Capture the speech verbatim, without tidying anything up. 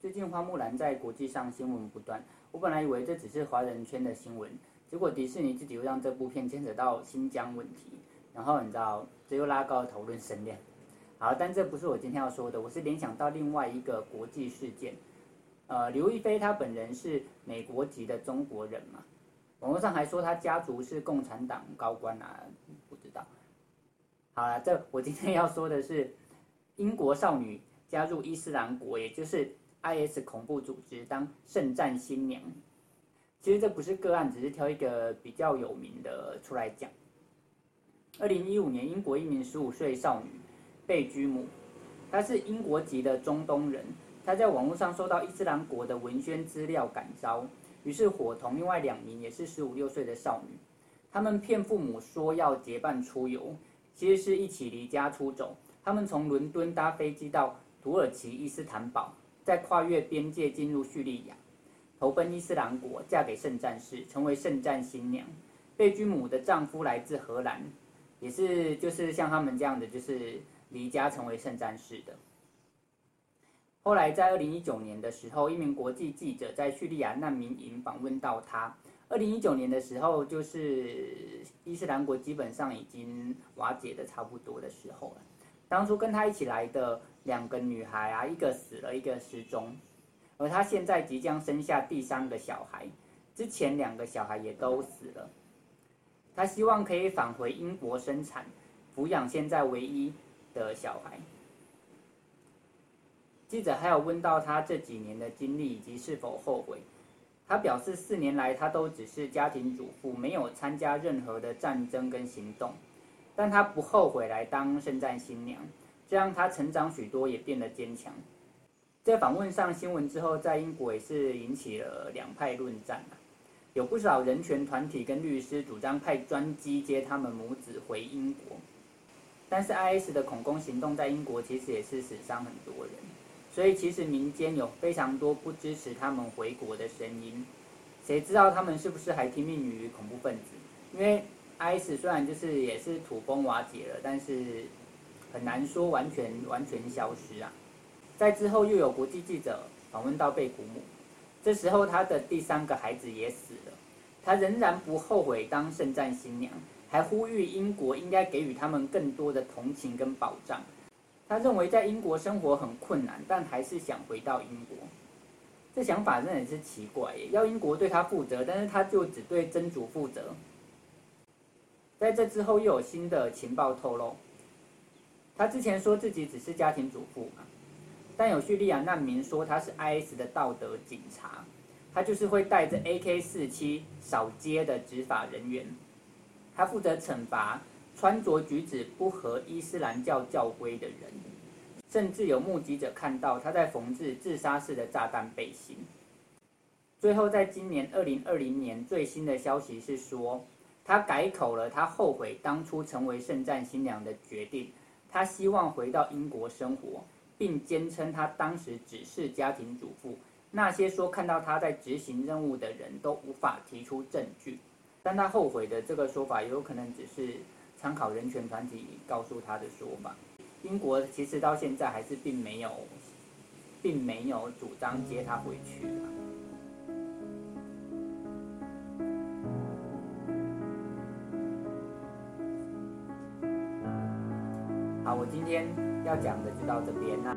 最近花木兰在国际上新闻不断，我本来以为这只是华人圈的新闻，结果迪士尼自己又让这部片牵扯到新疆问题，然后你知道，这又拉高了讨论声量。好，但这不是我今天要说的，我是联想到另外一个国际事件。呃，刘亦菲她本人是美国籍的中国人嘛，网络上还说她家族是共产党高官啊，不知道。好了，这我今天要说的是，英国少女加入伊斯兰国，也就是 I S 恐怖组织当圣战新娘。其实这不是个案，只是挑一个比较有名的出来讲。二零一五年，英国一名十五岁少女贝居姆，她是英国籍的中东人，她在网络上收到伊斯兰国的文宣资料感召，于是伙同另外两名也是十五六岁的少女，他们骗父母说要结伴出游，其实是一起离家出走。他们从伦敦搭飞机到土耳其伊斯坦堡，再跨越边界进入叙利亚，投奔伊斯兰国，嫁给圣战士，成为圣战新娘。贝居姆的丈夫来自荷兰，也是就是像他们这样的，就是离家成为圣战士的。后来在二零一九年的时候，一名国际记者在叙利亚难民营访问到他。二零一九年的时候，就是伊斯兰国基本上已经瓦解的差不多的时候了。当初跟他一起来的两个女孩啊，一个死了，一个失踪，而他现在即将生下第三个小孩，之前两个小孩也都死了。他希望可以返回英国生产，抚养现在唯一的小孩。记者还有问到他这几年的经历以及是否后悔，他表示四年来他都只是家庭主妇，没有参加任何的战争跟行动。但他不后悔来当圣战新娘，这让他成长许多，也变得坚强。在访问上新闻之后，在英国也是引起了两派论战啊，有不少人权团体跟律师主张派专机接他们母子回英国，但是 I S 的恐攻行动在英国其实也是死伤很多人，所以其实民间有非常多不支持他们回国的声音。谁知道他们是不是还听命于恐怖分子？因为I S 虽然就是也是土崩瓦解了，但是很难说完全完全消失啊。在之后又有国际记者访问到贝古姆，这时候他的第三个孩子也死了，他仍然不后悔当圣战新娘，还呼吁英国应该给予他们更多的同情跟保障。他认为在英国生活很困难，但还是想回到英国。这想法真的是奇怪耶，要英国对他负责，但是他就只对真主负责。在这之后又有新的情报透露，他之前说自己只是家庭主妇嘛，但有叙利亚难民说他是 I S 的道德警察，他就是会带着 A K 四十七扫街的执法人员，他负责惩罚穿着举止不合伊斯兰教教规的人，甚至有目击者看到他在缝制自杀式的炸弹背心。最后在今年二零二零年最新的消息是说，他改口了，他后悔当初成为圣战新娘的决定，他希望回到英国生活，并坚称他当时只是家庭主妇，那些说看到他在执行任务的人都无法提出证据。但他后悔的这个说法也有可能只是参考人权团体告诉他的说法。英国其实到现在还是并没有并没有主张接他回去啊。好，我今天要讲的就到这边。那